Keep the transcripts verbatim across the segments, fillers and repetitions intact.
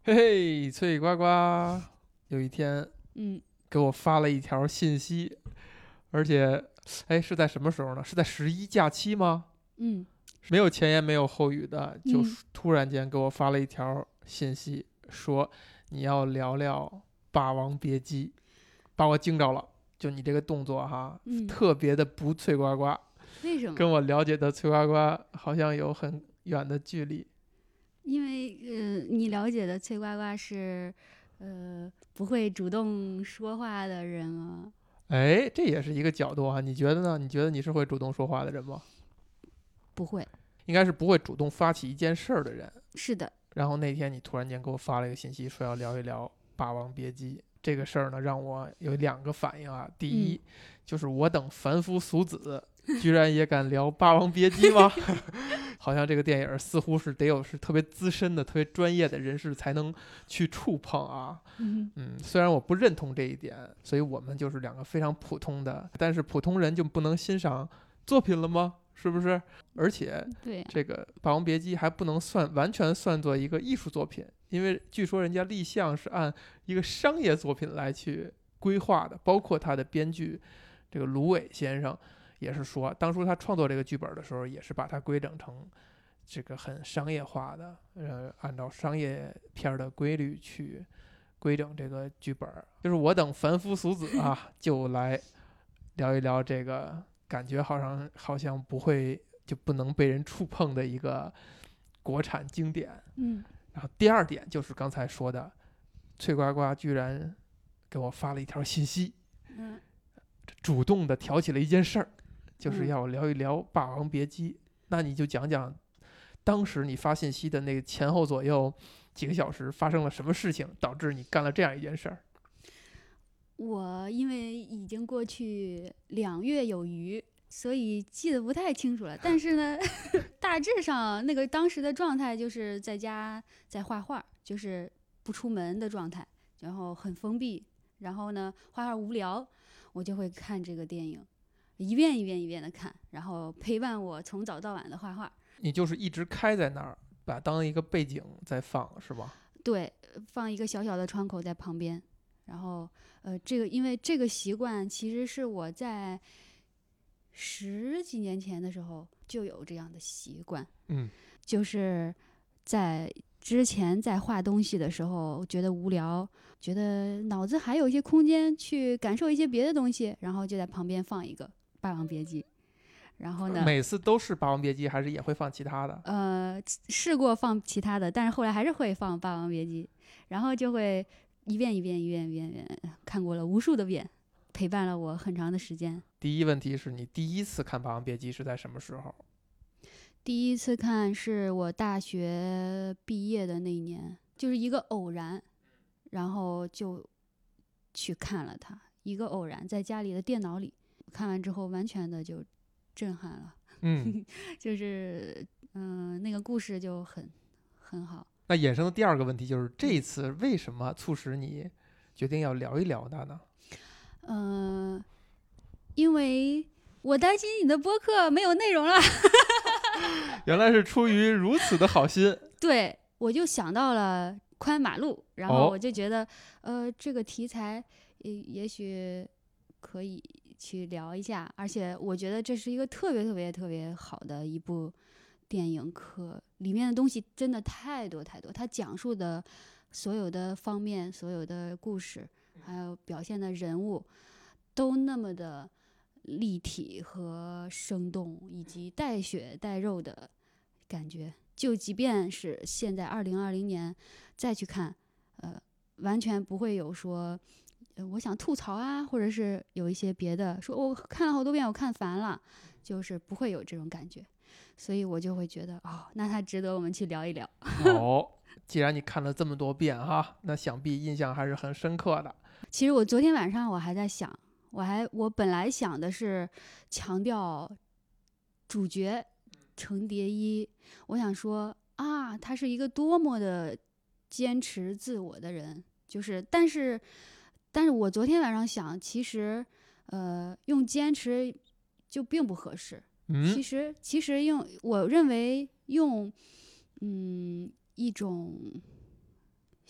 嘿嘿，脆呱呱，有一天， 嗯， 给我发了一条信息，而且，哎，是在什么时候呢？是在十一假期吗？ 嗯没有前言，没有后语的，就嗯， 突然间给我发了一条信息，说你要聊聊《霸王别姬》，把我惊着了。就你这个动作哈， 嗯， 特别的不脆呱呱， 为什么？ 跟我了解的脆呱呱好像有很远的距离。 因为呃，你了解的脆呱呱是呃不会主动说话的人吗？ 哎，这也是一个角度啊，你觉得呢？你觉得你是会主动说话的人吗？ 不会。 应该是不会主动发起一件事儿的人。 是的。 然后那天你突然间给我发了一个信息，说要聊一聊《霸王别姬》这个事儿呢，让我有两个反应啊。第一， 嗯就是我等凡夫俗子，居然也敢聊《霸王别姬》吗？好像这个电影似乎是得有是特别资深的、特别专业的人士才能去触碰啊。 嗯嗯，虽然我不认同这一点，所以我们就是两个非常普通的，但是普通人就不能欣赏作品了吗？是不是？而且对呀、 这个《霸王别姬》还不能算完全算作一个艺术作品，因为据说人家立项是按一个商业作品来去规划的，包括他的编剧这个芦苇先生也是说，当初他创作这个剧本的时候，也是把它规整成这个很商业化的，呃，按照商业片的规律去规整这个剧本。就是我等凡夫俗子啊，就来聊一聊这个，感觉好像好像不会就不能被人触碰的一个国产经典。 嗯然后第二点就是刚才说的，脆呱呱居然给我发了一条信息， 嗯主动的挑起了一件事儿，就是嗯， 要聊一聊《霸王别姬》。那你就讲讲当时你发信息的那个前后左右几个小时发生了什么事情，导致你干了这样一件事儿？ 我因为已经过去两月有余，所以记得不太清楚了。但是呢，大致上那个当时的状态就是在家在画画，就是不出门的状态，然后很封闭。然后呢，画画无聊，我就会看这个电影，一遍一遍一遍的看，然后陪伴我从早到晚的画画。 你就是一直开在那儿，把当一个背景在放，是吧？ 对，放一个小小的窗口在旁边。然后，呃，这个因为这个习惯其实是我在十几年前的时候就有这样的习惯， 嗯， 就是在之前在画东西的时候觉得无聊，觉得脑子还有一些空间去感受一些别的东西，然后就在旁边放一个《霸王别姬》。然后呢， 每次都是《霸王别姬》，还是也会放其他的？ 呃，试过放其他的，但是后来还是会放《霸王别姬》，然后就会一遍一遍一遍一遍一遍看过了无数的遍，陪伴了我很长的时间。 第一问题是你第一次看《霸王别姬》是在什么时候？ 第一次看是我大学毕业的那一年，就是一个偶然，然后就去看了它，一个偶然在家里的电脑里看完之后，完全的就震撼了。 嗯， 就是嗯、呃那个故事就很很好。 那衍生的第二个问题就是，这一次为什么促使你决定要聊一聊它呢？ 嗯、呃，因为我担心你的播客没有内容了。 原来是出于如此的好心。 对，我就想到了宽马路，然后哦我就觉得，呃，这个题材也也许可以去聊一下，而且我觉得这是一个特别特别特别好的一部电影课，里面的东西真的太多太多，它讲述的所有的方面、所有的故事，还有表现的人物，都那么的立体和生动，以及带血带肉的感觉。就即便是现在二零二零年再去看，呃，完全不会有说，呃，我想吐槽啊，或者是有一些别的，说我看了好多遍，我看烦了，就是不会有这种感觉，所以我就会觉得，哦，那它值得我们去聊一聊。 哦，既然你看了这么多遍哈，那想必印象还是很深刻的。 其实我昨天晚上我还在想，我还我本来想的是强调主角程蝶衣，我想说啊，他是一个多么的坚持自我的人，就是但是但是我昨天晚上想，其实呃用坚持就并不合适。 嗯其实其实用我认为用嗯一种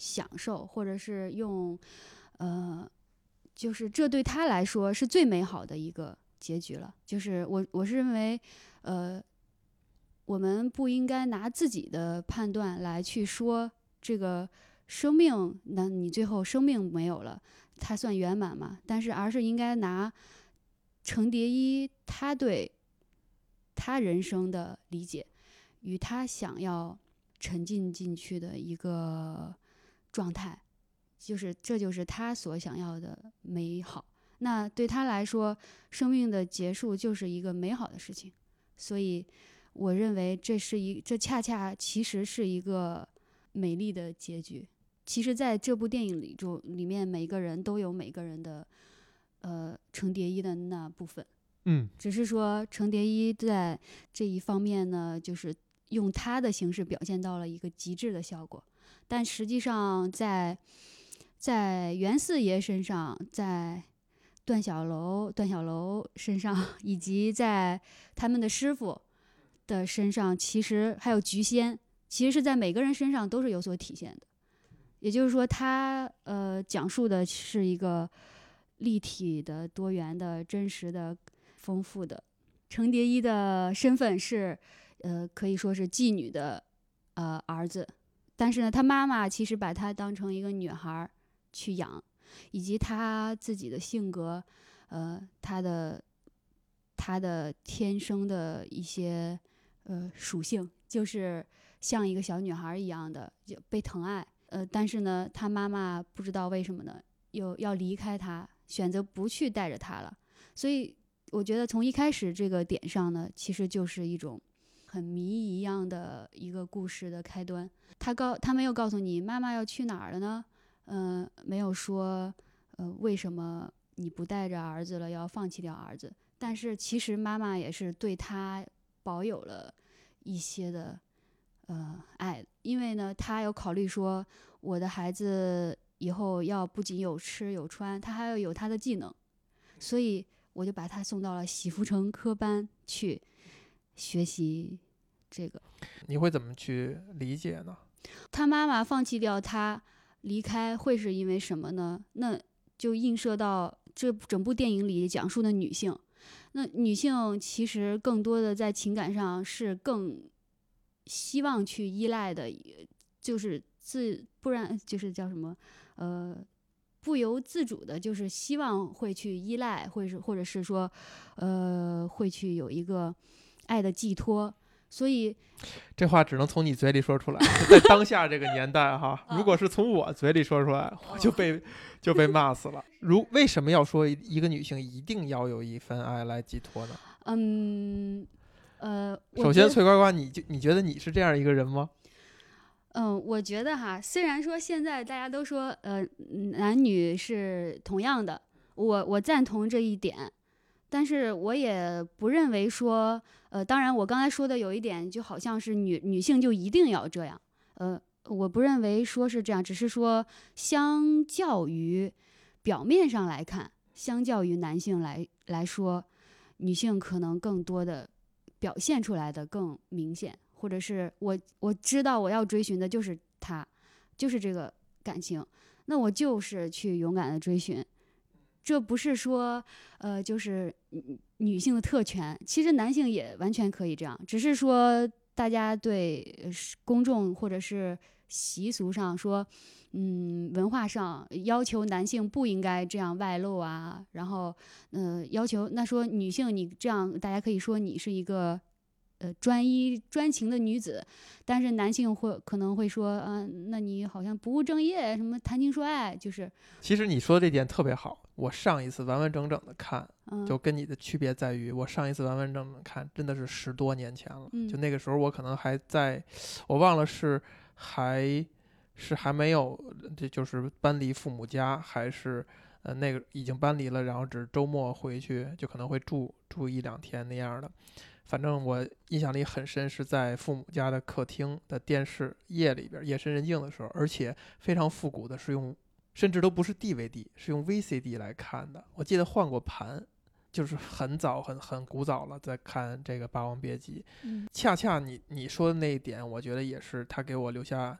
享受，或者是用呃，就是这对他来说是最美好的一个结局了。就是我我是认为，呃，我们不应该拿自己的判断来去说这个生命，那你最后生命没有了，它算圆满吗？但是而是应该拿程蝶衣他对他人生的理解与他想要沉浸进去的一个状态，就是这就是他所想要的美好。那对他来说，生命的结束就是一个美好的事情，所以我认为这是一这恰恰其实是一个美丽的结局。其实在这部电影里中里面每个人都有每个人的呃程蝶衣的那部分， 嗯， 只是说程蝶衣在这一方面呢，就是用他的形式表现到了一个极致的效果，但实际上在在袁四爷身上，在段小楼段小楼身上，以及在他们的师傅的身上，其实还有菊仙，其实是在每个人身上都是有所体现的。也就是说他呃讲述的是一个立体的、多元的、真实的、丰富的。程蝶衣的身份是呃可以说是妓女的呃儿子，但是呢他妈妈其实把他当成一个女孩去养，以及他自己的性格，呃他的他的天生的一些呃属性，就是像一个小女孩一样的就被疼爱。呃，但是呢，他妈妈不知道为什么呢，又要离开他，选择不去带着他了。所以我觉得从一开始这个点上呢，其实就是一种很谜一样的一个故事的开端。他告他没有告诉你妈妈要去哪儿了呢？呃，没有说呃为什么你不带着儿子了，要放弃掉儿子。但是其实妈妈也是对他保有了一些的呃爱，因为呢，他有考虑说，我的孩子以后要不仅有吃有穿，他还要有他的技能，所以我就把他送到了喜福城科班去学习这个。 你会怎么去理解呢？ 他妈妈放弃掉他离开会是因为什么呢？那就映射到这整部电影里讲述的女性。那女性其实更多的在情感上是更希望去依赖的，就是自不然就是叫什么呃不由自主的，就是希望会去依赖，或者是或者是说呃会去有一个爱的寄托。所以这话只能从你嘴里说出来，在当下这个年代哈，如果是从我嘴里说出来，我就被就被骂死了。如为什么要说一个女性一定要有一份爱来寄托呢？ 嗯，呃， 首先，崔呱呱，你就你觉得你是这样一个人吗？ 嗯，我觉得哈，虽然说现在大家都说呃男女是同样的，我我赞同这一点。但是我也不认为说，呃，当然我刚才说的有一点就好像是女女性就一定要这样，呃，我不认为说是这样，只是说相较于表面上来看，相较于男性来来说，女性可能更多的表现出来的更明显，或者是我我知道我要追寻的就是他，就是这个感情，那我就是去勇敢的追寻。这不是说，呃，就是女性的特权，其实男性也完全可以这样，只是说大家对公众或者是习俗上说，嗯，文化上要求男性不应该这样外露啊，然后，呃，要求那说女性你这样，大家可以说你是一个。呃，专一专情的女子，但是男性会可能会说，嗯、呃，那你好像不务正业，什么谈情说爱，就是。 其实你说的这点特别好，我上一次完完整整的看， 嗯、 就跟你的区别在于，我上一次完完整整的看真的是十多年前了， 嗯、 就那个时候我可能还在，我忘了是还是还没有，这就是搬离父母家，还是呃那个已经搬离了，然后只周末回去，就可能会住住一两天那样的。反正我印象里很深，是在父母家的客厅的电视夜里边，夜深人静的时候，而且非常复古的是用，甚至都不是 D V D， 是用 V C D 来看的。我记得换过盘，就是很早很很古早了，在看这个《霸王别姬》。 嗯， 恰恰你你说的那一点，我觉得也是他给我留下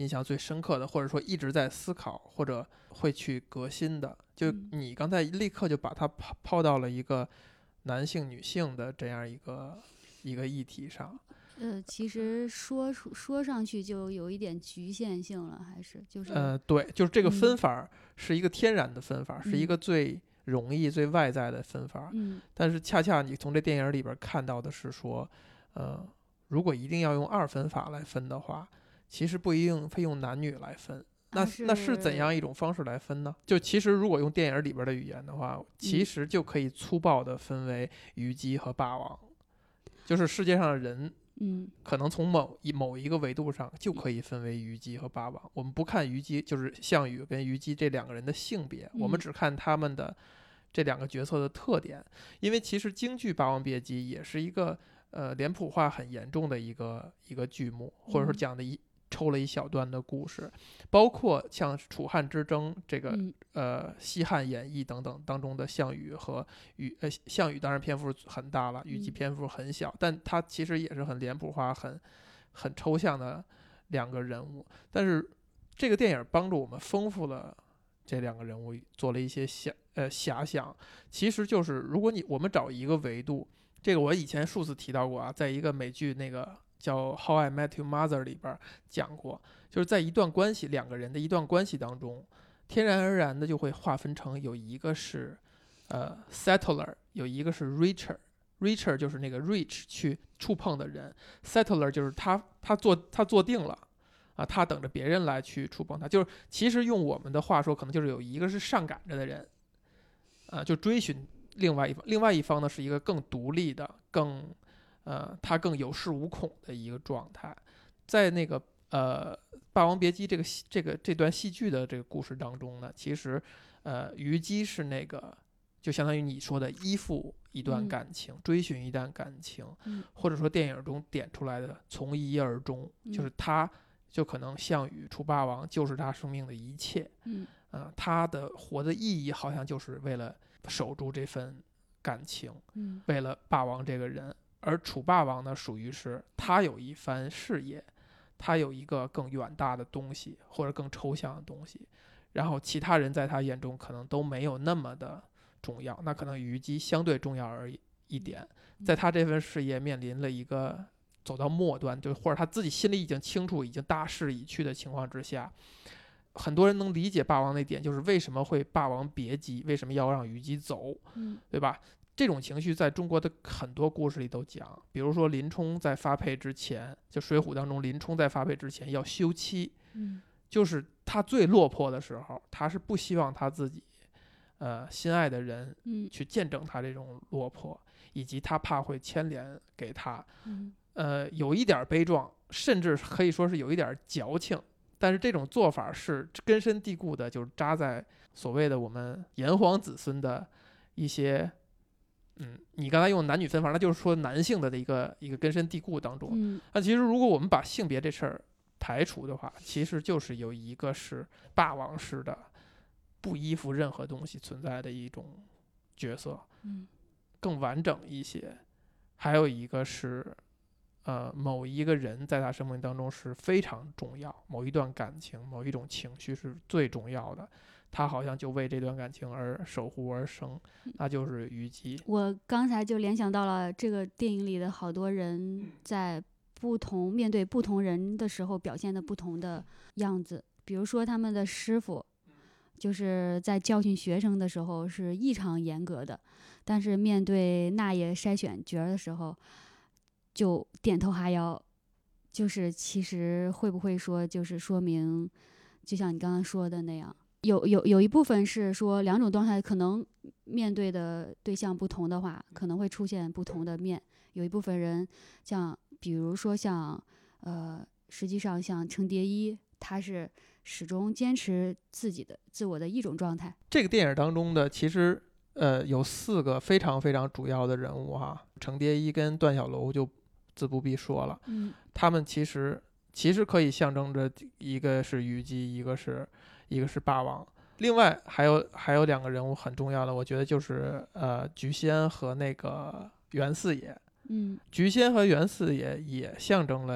印象最深刻的，或者说一直在思考或者会去革新的。就你刚才立刻就把它抛抛到了一个男性女性的这样一个一个议题上。 呃，其实说说上去就有一点局限性了，还是就是呃，对，就是这个分法是一个天然的分法， 嗯、 是一个最容易、最外在的分法。 嗯， 但是恰恰你从这电影里边看到的是说，呃，如果一定要用二分法来分的话，其实不一定非用男女来分。那是那是怎样一种方式来分呢？就其实如果用电影里边的语言的话，其实就可以粗暴地分为虞姬和霸王，就是世界上的人。 嗯， 可能从某一某一个维度上就可以分为虞姬和霸王。我们不看虞姬，就是项羽跟虞姬这两个人的性别， 嗯、 我们只看他们的这两个角色的特点。因为其实京剧《霸王别姬》也是一个呃脸谱化很严重的一个一个剧目，或者说讲的一。抽了一小段的故事，包括像楚汉之争这个、 嗯、 呃西汉演义等等当中的项羽和虞呃项羽当然篇幅很大了，虞姬篇幅很小，嗯、但他其实也是很脸谱化、很很抽象的两个人物。但是这个电影帮助我们丰富了这两个人物，做了一些遐呃遐想。其实就是如果你我们找一个维度，这个我以前数次提到过啊，在一个美剧那个。叫《How I Met Your Mother》里边讲过，就是在一段关系两个人的一段关系当中，天然而然的就会划分成有一个是呃 settler， 有一个是 reacher。reacher 就是那个 reach 去触碰的人， settler 就是他他坐他坐定了啊，他等着别人来去触碰他。就是其实用我们的话说，可能就是有一个是上赶着的人啊，就追寻另外一方，另外一方呢是一个更独立的更呃，他更有恃无恐的一个状态。在那个呃《霸王别姬》这个这个这段戏剧的这个故事当中呢，其实呃虞姬是那个就相当于你说的依附一段感情、嗯、追寻一段感情、 嗯、 或者说电影中点出来的从一而终、嗯、就是他就可能项羽楚霸王就是他生命的一切。 嗯、 呃、他的活的意义好像就是为了守住这份感情、 嗯、 为了霸王这个人。而楚霸王呢，属于是他有一番事业，他有一个更远大的东西或者更抽象的东西，然后其他人在他眼中可能都没有那么的重要，那可能虞姬相对重要而一点。在他这份事业面临了一个走到末端，就或者他自己心里已经清楚，已经大势已去的情况之下，很多人能理解霸王那点，就是为什么会霸王别姬，为什么要让虞姬走，对吧？这种情绪在中国的很多故事里都讲，比如说林冲在发配之前，就水浒当中林冲在发配之前要休妻、 嗯、 就是他最落魄的时候，他是不希望他自己呃心爱的人去见证他这种落魄、嗯、以及他怕会牵连给他、 嗯、 呃有一点悲壮，甚至可以说是有一点矫情，但是这种做法是根深蒂固的，就是扎在所谓的我们炎黄子孙的一些嗯，你刚才用男女分法，那就是说男性的一个一个根深蒂固当中。 嗯， 那其实如果我们把性别这事儿排除的话，其实就是有一个是霸王式的，不依附任何东西存在的一种角色， 嗯， 更完整一些。还有一个是，呃，某一个人在他生命当中是非常重要，某一段感情、某一种情绪是最重要的。他好像就为这段感情而守护而生，那就是虞姬。 我刚才就联想到了这个电影里的好多人在不同面对不同人的时候表现的不同的样子，比如说他们的师傅就是在教训学生的时候是异常严格的，但是面对那爷筛选角的时候就点头哈腰，就是其实会不会说就是说明就像你刚刚说的那样，有有有一部分是说两种状态可能面对的对象不同的话，可能会出现不同的面。有一部分人像比如说像呃，实际上像程蝶衣，他是始终坚持自己的自我的一种状态。 这个电影当中的其实呃有四个非常非常主要的人物哈，程蝶衣跟段小楼就自不必说了， 嗯， 他们其实其实可以象征着一个是虞姬，一个是一个是霸王。另外还有还有两个人物很重要的，我觉得就是呃菊仙和那个袁四爷。 嗯， 菊仙和袁四爷也象征了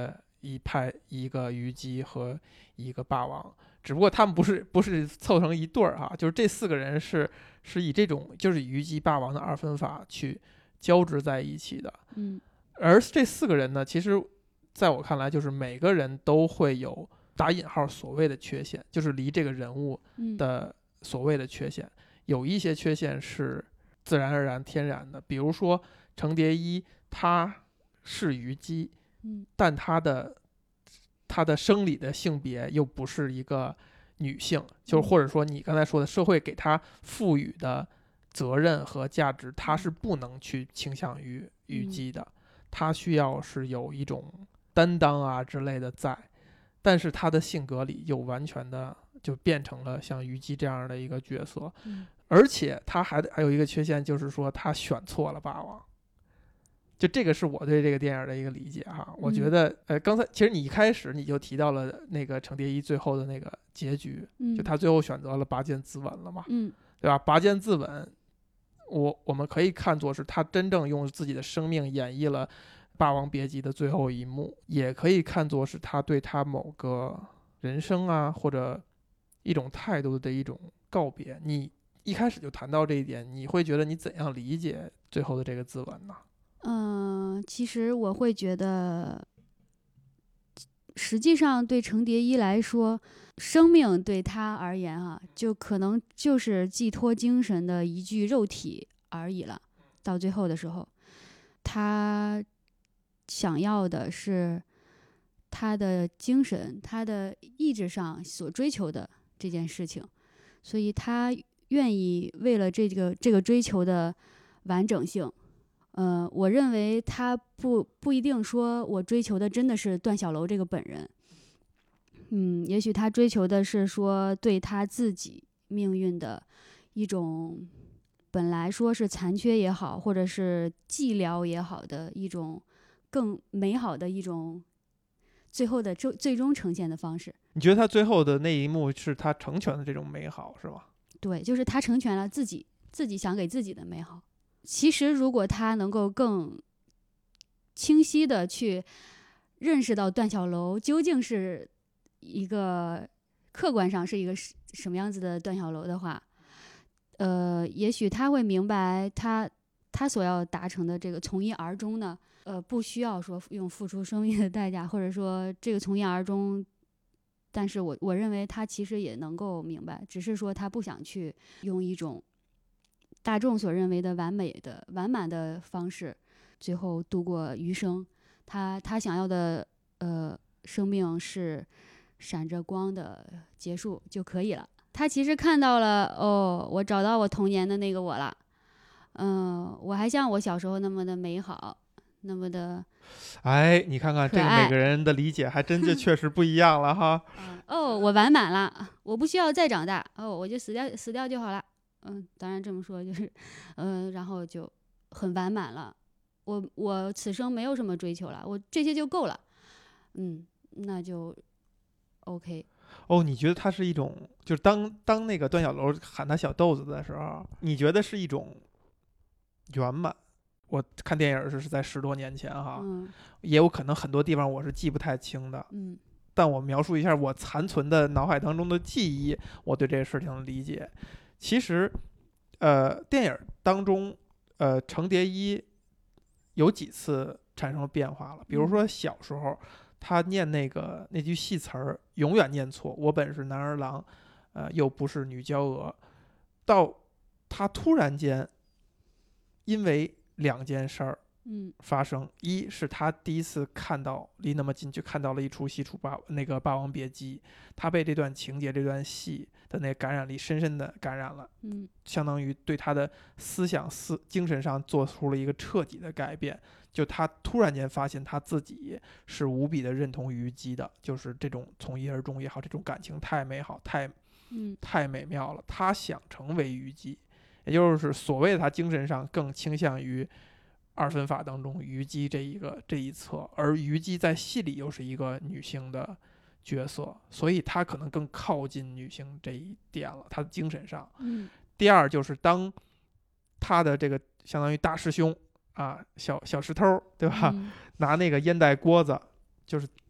一派一个虞姬和一个霸王，只不过他们不是不是凑成一对儿哈，就是这四个人是是以这种就是虞姬霸王的二分法去交织在一起的。 嗯， 而这四个人呢，其实在我看来，就是每个人都会有打引号所谓的缺陷，就是离这个人物的所谓的缺陷，嗯、有一些缺陷是自然而然天然的，比如说程蝶衣，他是虞姬， 嗯， 但他的他的生理的性别又不是一个女性，就是或者说你刚才说的社会给他赋予的责任和价值，他是不能去倾向于虞姬的，他需要是有一种担当啊之类的在，但是他的性格里又完全的就变成了像虞姬这样的一个角色， 嗯、 而且他还还有一个缺陷，就是说他选错了霸王。就这个是我对这个电影的一个理解哈，我觉得、嗯、呃，刚才其实你一开始你就提到了那个程蝶衣最后的那个结局， 嗯、 就他最后选择了拔剑自刎了嘛， 嗯， 对吧？拔剑自刎，我我们可以看作是他真正用自己的生命演绎了《霸王别姬》的最后一幕，也可以看作是他对他某个人生啊或者一种态度的一种告别。你一开始就谈到这一点，你会觉得你怎样理解最后的这个自刎呢？ 嗯、呃，其实我会觉得，实际上对程蝶衣来说，生命对他而言啊，就可能就是寄托精神的一具肉体而已了。到最后的时候，他想要的是他的精神，他的意志上所追求的这件事情，所以他愿意为了这个这个追求的完整性。呃，我认为他不不一定说我追求的真的是段小楼这个本人，嗯，也许他追求的是说对他自己命运的一种本来说是残缺也好，或者是寂寥也好的一种更美好的一种最后的最最终呈现的方式。 你觉得他最后的那一幕是他成全的这种美好是吧？ 对，就是他成全了自己自己想给自己的美好。其实如果他能够更清晰的去认识到段小楼究竟是一个客观上是一个什么样子的段小楼的话，呃，也许他会明白他他所要达成的这个从一而终呢，呃，不需要说用付出生命的代价，或者说这个从一而终，但是我我认为他其实也能够明白，只是说他不想去用一种大众所认为的完美的完满的方式最后度过余生。他他想要的呃生命是闪着光的结束就可以了。他其实看到了，哦，我找到我童年的那个我了，嗯、呃，我还像我小时候那么的美好，那么的， 哎，你看看这个每个人的理解还真就确实不一样了哈。 嗯、哦，我完满了，我不需要再长大，哦，我就死掉死掉就好了。嗯，当然这么说就是，嗯、呃，然后就很完满了。我我此生没有什么追求了，我这些就够了。嗯，那就 OK。 哦，你觉得他是一种，就是当当那个段小楼喊他小豆子的时候，你觉得是一种圆满？我看电影是在十多年前哈， 嗯， 也有可能很多地方我是记不太清的。 嗯， 但我描述一下我残存的脑海当中的记忆，我对这个事情的理解。其实，呃，电影当中，呃，程蝶衣有几次产生了变化了。比如说小时候，他念那个那句戏词儿，永远念错。我本是男儿郎，呃，又不是女娇娥。到他突然间，因为两件事儿发生， 嗯、 一是他第一次看到离那么近，就看到了一出戏出霸那个《霸王别姬》，他被这段情节、这段戏的那个感染力深深的感染了， 嗯， 相当于对他的思想、思精神上做出了一个彻底的改变。就他突然间发现他自己是无比的认同虞姬的，就是这种从一而终也好，这种感情太美好、太嗯太美妙了。他想成为虞姬，也就是所谓的他精神上更倾向于二分法当中虞姬这一个这一侧，而虞姬在戏里又是一个女性的角色，所以他可能更靠近女性这一点了，他的精神上。 嗯， 第二就是当他的这个相当于大师兄啊，小小石头，对吧？ 嗯、 拿那个烟袋锅子，就是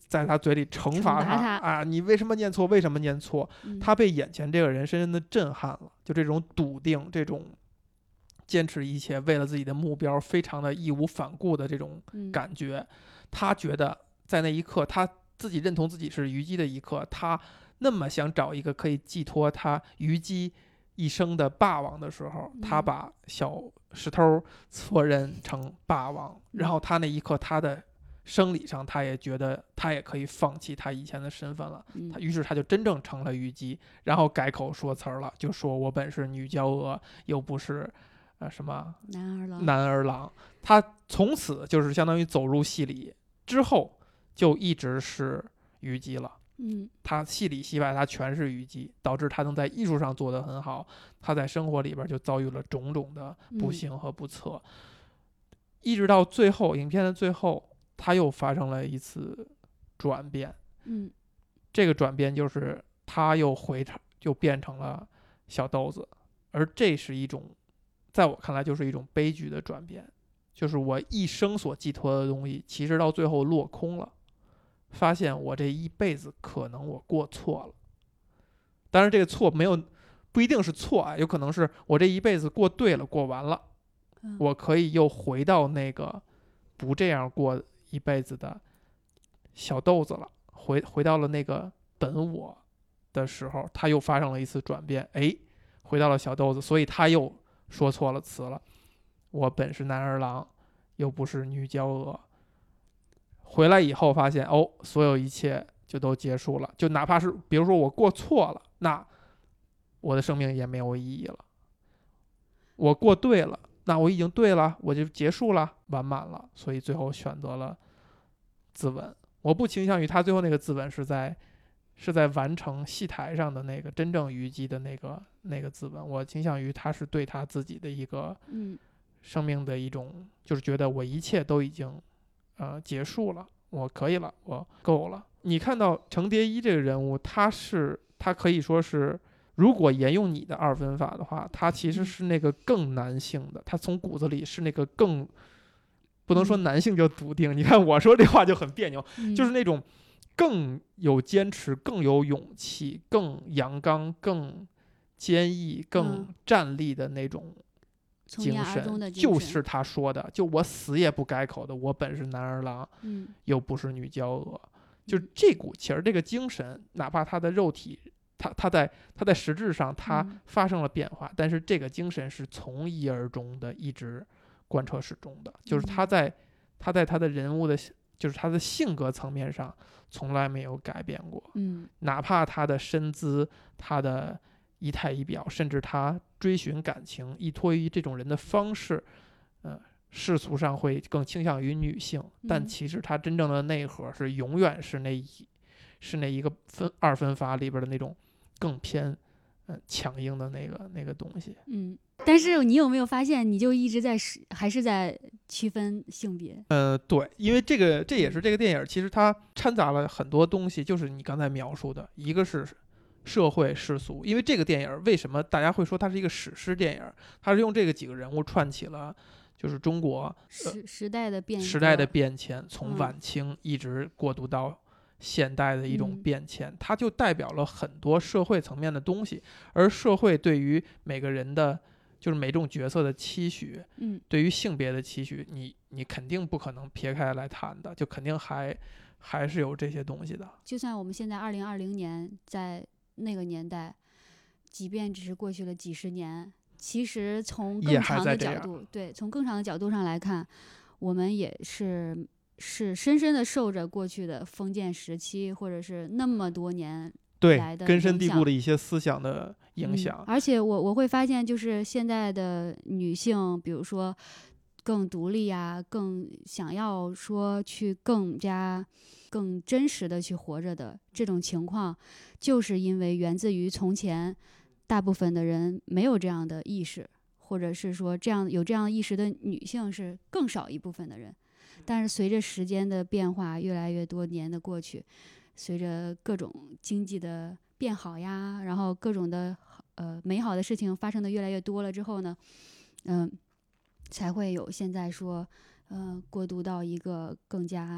在他嘴里惩罚他惩罚他啊，你为什么念错？为什么念错？ 嗯他被眼前这个人深深的震撼了，就这种笃定，这种坚持一切，为了自己的目标，非常的义无反顾的这种嗯感觉。他觉得在那一刻，他自己认同自己是虞姬的一刻，他那么想找一个可以寄托他虞姬一生的霸王的时候， 嗯他把小石头错认成霸王， 嗯然后他那一刻，他的生理上他也觉得他也可以放弃他以前的身份了， 嗯他于是他就真正成了虞姬，然后改口说词儿了，就说我本是女娇娥，又不是呃什么男儿郎， 男儿郎。他从此就是相当于走入戏里之后，就一直是虞姬了。 嗯他戏里戏外他全是虞姬，导致他能在艺术上做得很好，他在生活里边就遭遇了种种的不幸和不测，嗯、一直到最后，影片的最后，他又发生了一次转变。 嗯， 这个转变就是他又回成就变成了小豆子，而这是一种，在我看来就是一种悲剧的转变，就是我一生所寄托的东西，其实到最后落空了。发现我这一辈子可能我过错了，当然这个错没有不一定是错啊，有可能是我这一辈子过对了，过完了， 嗯、 我可以又回到那个不这样过一辈子的小豆子了，回回到了那个本我的时候，他又发生了一次转变，哎，回到了小豆子，所以他又说错了词了，我本是男儿郎，又不是女娇娥。回来以后发现，哦，所有一切就都结束了，就哪怕是比如说我过错了，那我的生命也没有意义了。我过对了，那我已经对了，我就结束了，完满了，所以最后选择了自刎。我不倾向于他最后那个自刎是在是在完成戏台上的那个真正虞姬的那个那个自刎，我倾向于他是对他自己的一个生命的一种，就是觉得我一切都已经呃结束了，我可以了，我够了。你看到程蝶衣这个人物，他是他可以说是，如果沿用你的二分法的话，他其实是那个更男性的，他从骨子里是那个更不能说男性就笃定，嗯、你看我说这话就很别扭，嗯、就是那种更有坚持、更有勇气、更阳刚、更坚毅、更站立的那种精神， 嗯、 就是他说的，就我死也不改口的，我本是男儿郎， 嗯、 又不是女娇娥，就这股气儿，这个精神，哪怕他的肉体，他他在他在实质上他发生了变化，嗯、但是这个精神是从一而终的，一直贯彻始终的，就是他在他在他的人物的，就是他的性格层面上从来没有改变过， 嗯， 哪怕他的身姿，他的仪态仪表，甚至他追寻感情依托于这种人的方式，呃，世俗上会更倾向于女性，但其实他真正的内核是永远是那一是那一个分二分法里边的那种更偏呃强硬的那个那个东西。 嗯，但是你有没有发现，你就一直在还是在区分性别？ 呃，对，因为这个这也是这个电影其实它掺杂了很多东西，就是你刚才描述的，一个是社会世俗，因为这个电影为什么大家会说它是一个史诗电影？它是用这个几个人物串起了，就是中国、呃、 时时代的变时代的变迁，从晚清一直过渡到现代的一种变迁，嗯、它就代表了很多社会层面的东西，而社会对于每个人的，就是每种角色的期许， 嗯， 对于性别的期许，你你肯定不可能撇开来谈的，就肯定还还是有这些东西的。 就算我们现在二零二零年在那个年代，即便只是过去了几十年，其实从更长的角度，对，从更长的角度上来看，我们也是是深深的受着过去的封建时期或者是那么多年来的对根深蒂固的一些思想的影响。 嗯、而且我我会发现，就是现在的女性，比如说更独立啊，更想要说去更加更真实的去活着的这种情况，就是因为源自于从前大部分的人没有这样的意识，或者是说这样有这样意识的女性是更少一部分的人。但是随着时间的变化，越来越多年的过去，随着各种经济的变好呀，然后各种的呃美好的事情发生的越来越多了之后呢，嗯、呃，才会有现在说呃过渡到一个更加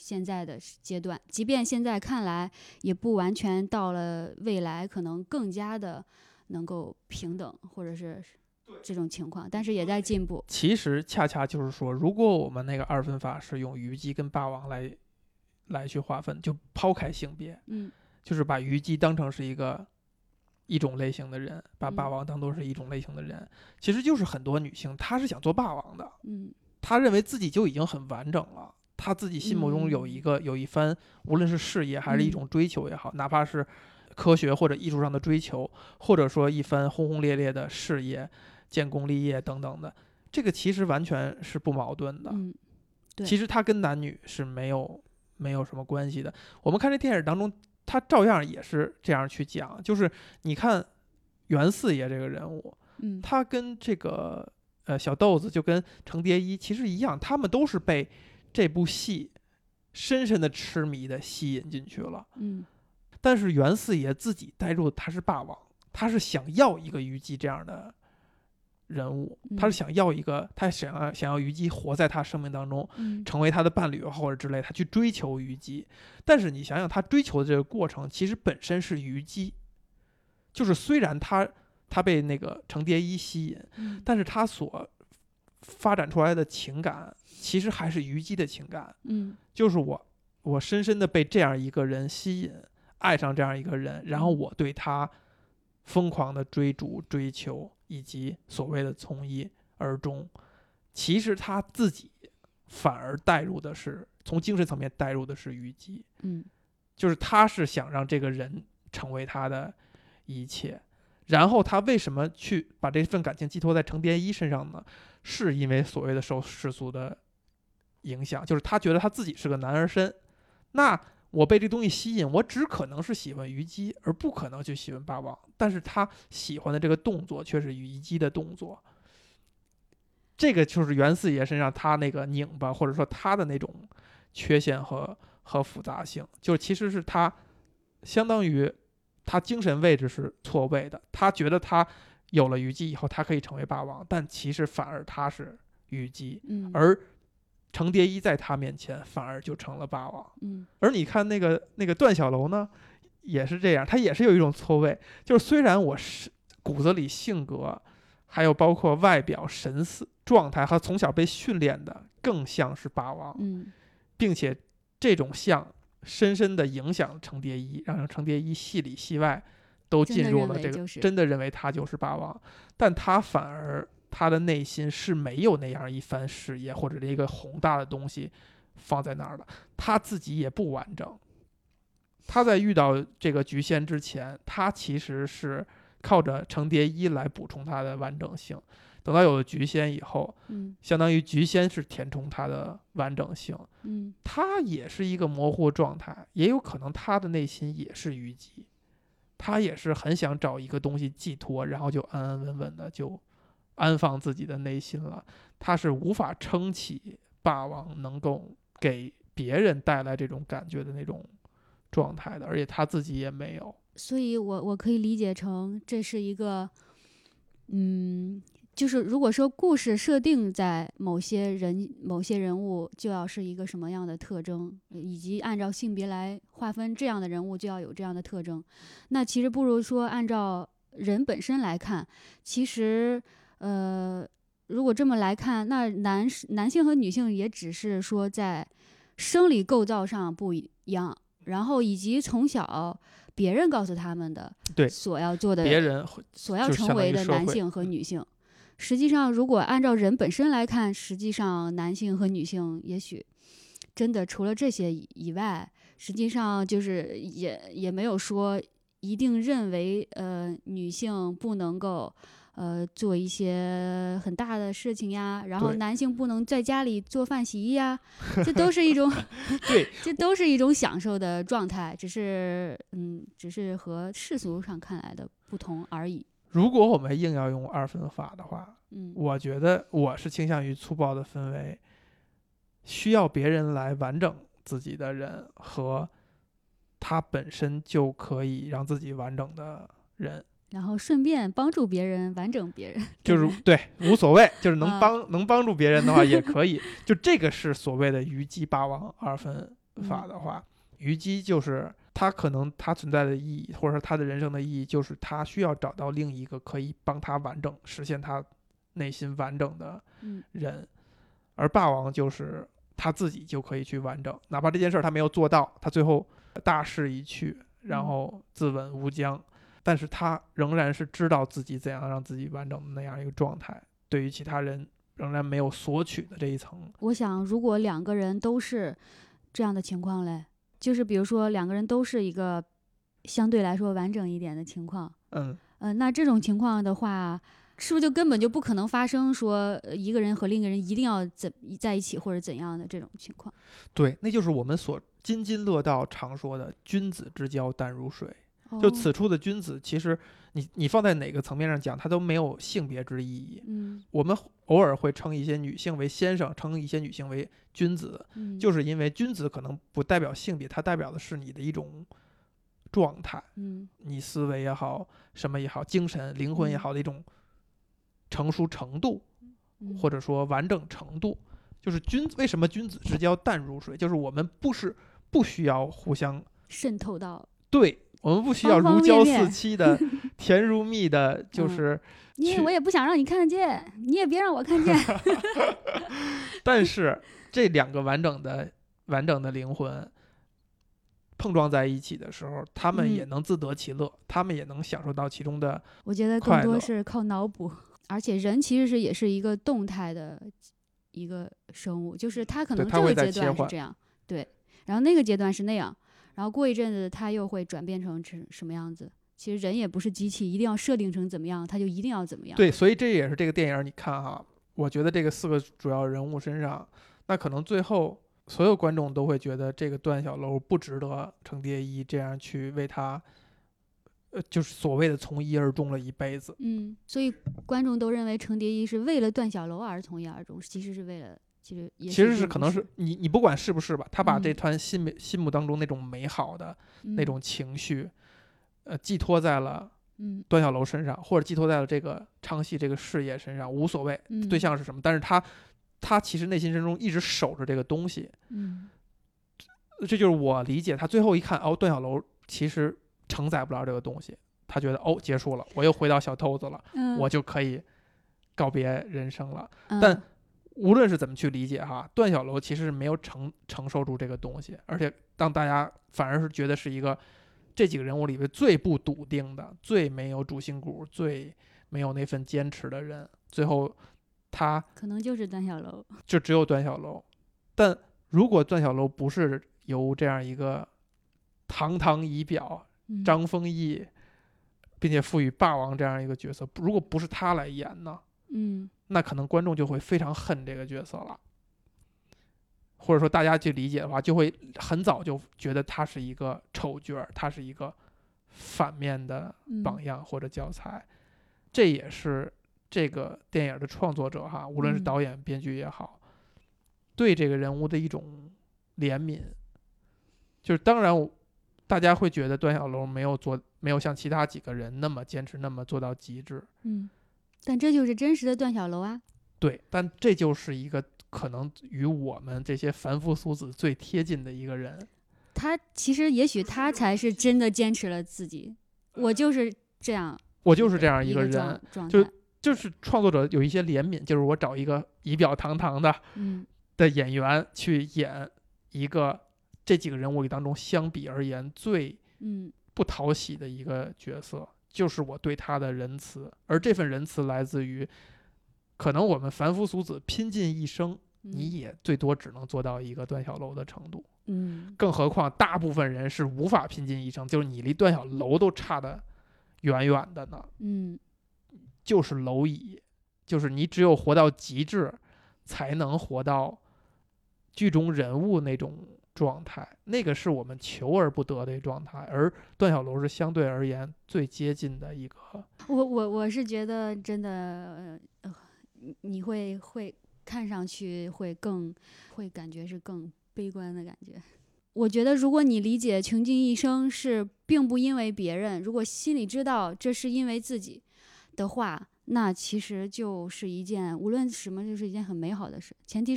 现在的阶段，即便现在看来也不完全到了未来可能更加的能够平等或者是这种情况，但是也在进步。 其实恰恰就是说，如果我们那个二分法是用虞姬跟霸王来来去划分，就抛开性别， 嗯， 就是把虞姬当成是一个一种类型的人，把霸王当作是一种类型的人，嗯、其实就是很多女性她是想做霸王的， 嗯， 她认为自己就已经很完整了，她自己心目中有一个、嗯、有一番无论是事业还是一种追求也好、嗯、哪怕是科学或者艺术上的追求，或者说一番轰轰烈烈的事业建功立业等等的，这个其实完全是不矛盾的。 嗯，对， 其实它跟男女是没有没有什么关系的。我们看这电影当中，他照样也是这样去讲，就是你看袁四爷这个人物， 嗯， 他跟这个呃小豆子就跟程蝶衣其实一样，他们都是被这部戏深深的痴迷的吸引进去了。 嗯， 但是袁四爷自己带入的他是霸王，他是想要一个虞姬这样的人物，他是想要一个，他想要想要虞姬活在他生命当中， 嗯、 成为他的伴侣或者之类，他去追求虞姬。但是你想想，他追求的这个过程，其实本身是虞姬，就是虽然他他被那个程蝶衣吸引， 嗯、 但是他所发展出来的情感，其实还是虞姬的情感。 嗯， 就是我我深深的被这样一个人吸引，爱上这样一个人，然后我对他疯狂的追逐追求。以及所谓的从一而终，其实他自己反而带入的是从精神层面带入的是虞姬， 嗯， 就是他是想让这个人成为他的一切，然后他为什么去把这份感情寄托在程蝶衣身上呢？是因为所谓的受世俗的影响，就是他觉得他自己是个男儿身，那我被这东西吸引，我只可能是喜欢虞姬，而不可能去喜欢霸王。但是他喜欢的这个动作却是虞姬的动作，这个就是袁四爷身上他那个拧巴，或者说他的那种缺陷和和复杂性，就其实是他相当于他精神位置是错位的，他觉得他有了虞姬以后，他可以成为霸王，但其实反而他是虞姬， 嗯， 而程蝶衣在他面前反而就成了霸王。 嗯， 而你看那个那个段小楼呢，也是这样，他也是有一种错位，就是虽然我是骨子里性格，还有包括外表神似状态和从小被训练的更像是霸王， 嗯， 并且这种像深深的影响程蝶衣，让程蝶衣戏里戏外都进入了这个，真的认为他就是霸王，但他反而他的内心是没有那样一番事业或者一个宏大的东西放在那儿的，他自己也不完整。他在遇到这个菊仙之前，他其实是靠着程蝶衣来补充他的完整性，等到有了菊仙以后， 嗯， 相当于菊仙是填充他的完整性， 嗯， 他也是一个模糊状态，也有可能他的内心也是虞姬，他也是很想找一个东西寄托，然后就安安稳稳的就安放自己的内心了，他是无法撑起霸王能够给别人带来这种感觉的那种状态的，而且他自己也没有。 所以我我可以理解成这是一个，嗯，就是如果说故事设定在某些人某些人物就要是一个什么样的特征，以及按照性别来划分这样的人物就要有这样的特征，那其实不如说按照人本身来看，其实呃，如果这么来看，那男男性和女性也只是说在生理构造上不一样，然后以及从小别人告诉他们的， 对， 所要做的， 别人所要成为的男性和女性，实际上如果按照人本身来看，实际上男性和女性也许真的除了这些以外，实际上就是也也没有说一定认为呃女性不能够呃做一些很大的事情呀，然后男性不能在家里做饭洗衣呀，这都是一种对， 这都是一种享受的状态，只是嗯只是和世俗上看来的不同而已。 如果我们硬要用二分法的话， 嗯， 我觉得我是倾向于粗暴的分为需要别人来完整自己的人和他本身就可以让自己完整的人， 然后顺便帮助别人完整别人， 就是对无所谓，就是能帮、 啊、 能帮助别人的话也可以，就这个是所谓的虞姬霸王二分法的话，嗯、虞姬就是他可能他存在的意义，或者说他的人生的意义，就是他需要找到另一个可以帮他完整实现他内心完整的人， 嗯、 而霸王就是他自己就可以去完整，哪怕这件事他没有做到，他最后大势已去，然后自刎乌江。嗯，但是他仍然是知道自己怎样让自己完整的那样一个状态，对于其他人仍然没有索取的这一层。 我想如果两个人都是这样的情况嘞，就是比如说两个人都是一个相对来说完整一点的情况， 嗯呃，那这种情况的话，是不是就根本就不可能发生说一个人和另一个人一定要怎在一起或者怎样的这种情况？ 对，那就是我们所津津乐道常说的君子之交淡如水。就此处的君子，其实你你放在哪个层面上讲，它都没有性别之意义。 嗯， 我们偶尔会称一些女性为先生，称一些女性为君子， 嗯、 就是因为君子可能不代表性别，它代表的是你的一种状态， 嗯， 你思维也好，什么也好，精神、灵魂也好的一种成熟程度， 嗯、 或者说完整程度。就是君为什么君子之交淡如水，就是我们不是不需要互相渗透到， 对。我们不需要如胶似漆的甜如蜜的，就是、嗯、 因为我也不想让你看见，你也别让我看见。 但是这两个完整的完整的灵魂碰撞在一起的时候，他们也能自得其乐、嗯、他们也能享受到其中的快乐。 我觉得更多是靠脑补，而且人其实是也是一个动态的一个生物，就是他可能这个阶段是这样， 对, 对，然后那个阶段是那样，然后过一阵子他又会转变成什么样子。其实人也不是机器，一定要设定成怎么样他就一定要怎么样。 对，所以这也是这个电影你看哈，我觉得这个四个主要人物身上，那可能最后所有观众都会觉得这个段小楼不值得程蝶衣这样去为他呃，就是所谓的从一而终了一辈子。 嗯，所以观众都认为程蝶衣是为了段小楼而从一而终，其实是为了其实也其实是可能是你你不管是不是吧，他把这团心、嗯、心目当中那种美好的、嗯、那种情绪，呃，寄托在了段小楼身上、嗯，或者寄托在了这个唱戏这个事业身上，无所谓、嗯、对象是什么，但是他他其实内心深中一直守着这个东西。 嗯， 这就是我理解他最后一看，哦，段小楼其实承载不了这个东西，他觉得哦结束了，我又回到小偷子了、嗯、我就可以告别人生了、嗯、但无论是怎么去理解哈，段小楼其实是没有承承受住这个东西，而且当大家反而是觉得是一个这几个人物里面最不笃定的、最没有主心骨、最没有那份坚持的人，最后他可能就是段小楼， 就只有段小楼。但如果段小楼不是由这样一个堂堂仪表、嗯、张丰毅，并且赋予霸王这样一个角色，如果不是他来演呢？ 嗯， 那可能观众就会非常恨这个角色了，或者说大家去理解的话，就会很早就觉得他是一个丑角，他是一个反面的榜样或者教材、嗯、这也是这个电影的创作者哈，无论是导演、编剧也好、嗯，对这个人物的一种怜悯。就是当然大家会觉得段小楼没有做没有像其他几个人那么坚持，那么做到极致， 嗯，但这就是真实的段小楼啊。 对，但这就是一个可能与我们这些凡夫俗子最贴近的一个人。 他其实也许他才是真的坚持了自己，我就是这样， 我就是这样一个人， 个就就是创作者有一些怜悯，就是我找一个仪表堂堂的、嗯、的演员去演一个这几个人物里当中相比而言最不讨喜的一个角色、嗯、就是我对他的仁慈，而这份仁慈来自于可能我们凡夫俗子拼尽一生、嗯、你也最多只能做到一个段小楼的程度， 嗯， 更何况大部分人是无法拼尽一生，就是你离段小楼都差得远远的呢， 嗯， 就是蝼蚁，就是你只有活到极致才能活到剧中人物那种状态，那个是我们求而不得的状态，而段小楼是相对而言最接近的一个。 我我我是觉得真的、呃、你会会看上去会更会感觉是更悲观的感觉。我觉得如果你理解穷尽一生是并不因为别人，如果心里知道这是因为自己的话，那其实就是一件无论什么就是一件很美好的事，前提是不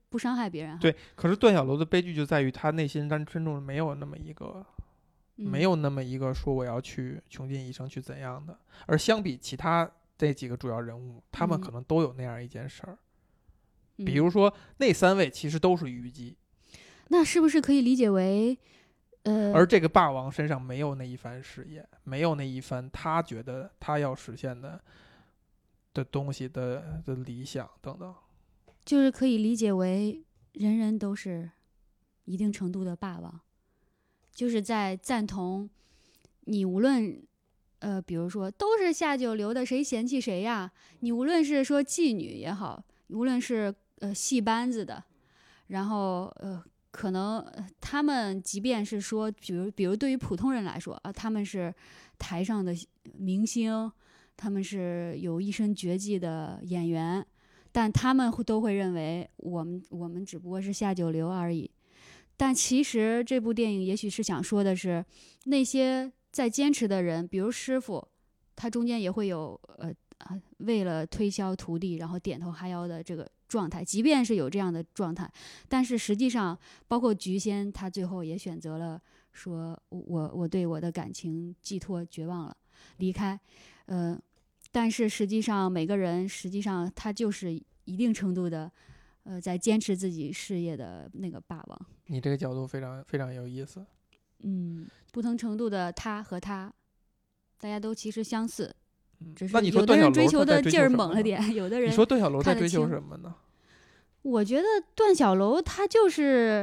不伤害别人。 对，可是段小楼的悲剧就在于他内心真真正没有那么一个， 嗯、 没有那么一个说我要去穷尽一生去怎样的。而相比其他这几个主要人物，他们可能都有那样一件事儿。 嗯、 比如说那三位其实都是虞姬， 那是不是可以理解为，呃， 而这个霸王身上没有那一番事业，没有那一番他觉得他要实现的的东西的的理想等等， 就是可以理解为人人都是一定程度的霸王，就是在赞同你无论呃，比如说都是下九流的，谁嫌弃谁呀？你无论是说妓女也好，无论是呃戏班子的，然后呃。可能他们即便是说，比如比如对于普通人来说啊，他们是台上的明星，他们是有一身绝技的演员，但他们会都会认为我们我们只不过是下九流而已。但其实这部电影也许是想说的是，那些在坚持的人，比如师傅，他中间也会有呃啊为了推销徒弟，然后点头哈腰的这个状态。即便是有这样的状态，但是实际上，包括菊仙，他最后也选择了说，我我对我的感情寄托绝望了，离开。呃，但是实际上每个人实际上他就是一定程度的，呃，在坚持自己事业的那个霸王。 你这个角度非常非常有意思。 嗯，不同程度的他和他，大家都其实相似。只是那你说有的人段小楼追求的劲儿他在追求什么呢猛了点，有的人你说段小楼在看得追求清什么呢？ 我觉得段小楼他就是，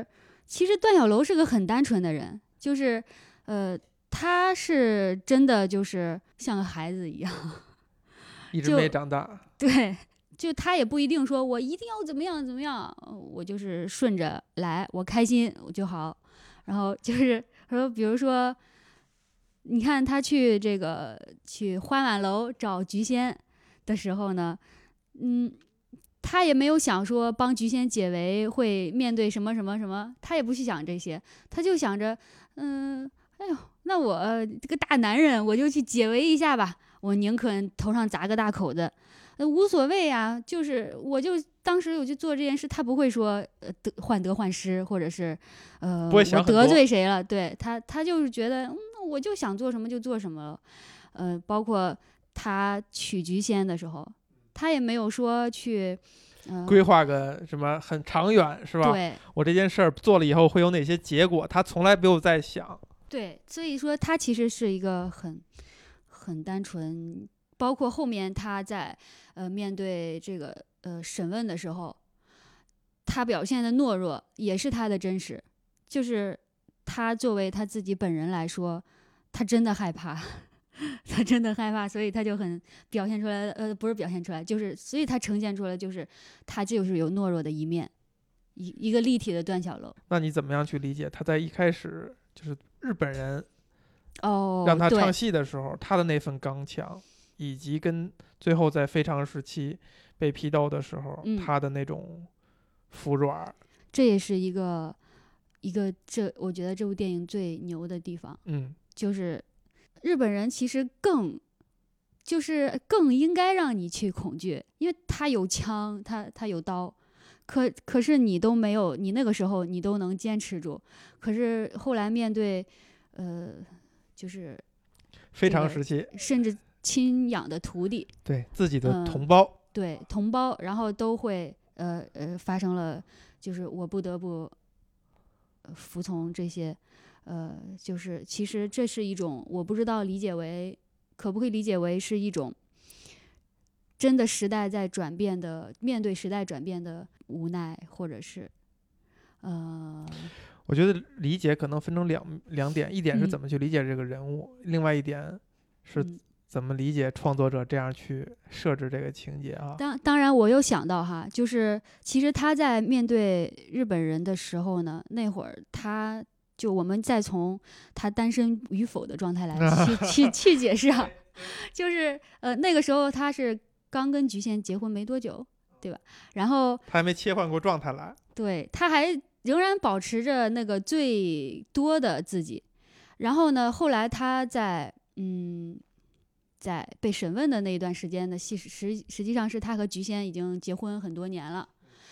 其实段小楼是个很单纯的人，就是呃，他是真的就是像个孩子一样， 一直没长大。 对，就他也不一定说我一定要怎么样怎么样，我就是顺着来，我开心我就好。然后就是说，比如说，你看他去这个去花满楼找菊仙的时候呢，嗯。他也没有想说帮菊仙解围会面对什么什么什么，他也不去想这些，他就想着，嗯，哎呦，那我、呃、这个大男人，我就去解围一下吧，我宁可头上砸个大口子，呃，无所谓啊，就是我就当时我就做这件事，他不会说呃得患得患失，或者是呃不会想我得罪谁了，对他，他就是觉得，嗯，我就想做什么就做什么，呃，包括他娶菊仙的时候。他也没有说去、呃、 规划个什么很长远，是吧？ 对， 我这件事儿做了以后会有哪些结果，他从来没有在想。 对，所以说他其实是一个很很单纯，包括后面他在呃面对这个呃审问的时候，他表现的懦弱也是他的真实，就是他作为他自己本人来说，他真的害怕。他真的害怕，所以他就很表现出来，呃，不是表现出来，就是所以他呈现出来就是他就是有懦弱的一面，一一个立体的段小楼。 那你怎么样去理解他在一开始就是日本人哦让他唱戏的时候，他的那份刚强，以及跟最后在非常时期被批斗的时候、嗯、他的那种服软？ 这也是一个一个这我觉得这部电影最牛的地方， 嗯， 就是日本人其实更就是更应该让你去恐惧，因为他有枪，他他有刀，可可是你都没有，你那个时候你都能坚持住，可是后来面对呃就是非常时期、 这个、甚至亲养的徒弟， 对自己的同胞、嗯、 对同胞，然后都会呃呃发生了，就是我不得不服从这些。呃，就是其实这是一种，我不知道理解为可不可以理解为是一种真的时代在转变的，面对时代转变的无奈，或者是呃， 我觉得理解可能分成两两点，一点是怎么去理解这个人物，嗯、另外一点是怎么理解创作者这样去设置这个情节啊。 当当然，我有想到哈，就是其实他在面对日本人的时候呢，那会儿他。就我们再从他单身与否的状态来去去去解释啊，就是呃那个时候他是刚跟菊仙结婚没多久，对吧？然后他还没切换过状态来， 对，他还仍然保持着那个最多的自己。然后呢，后来他在嗯在被审问的那一段时间的戏实实际上是他和菊仙已经结婚很多年了。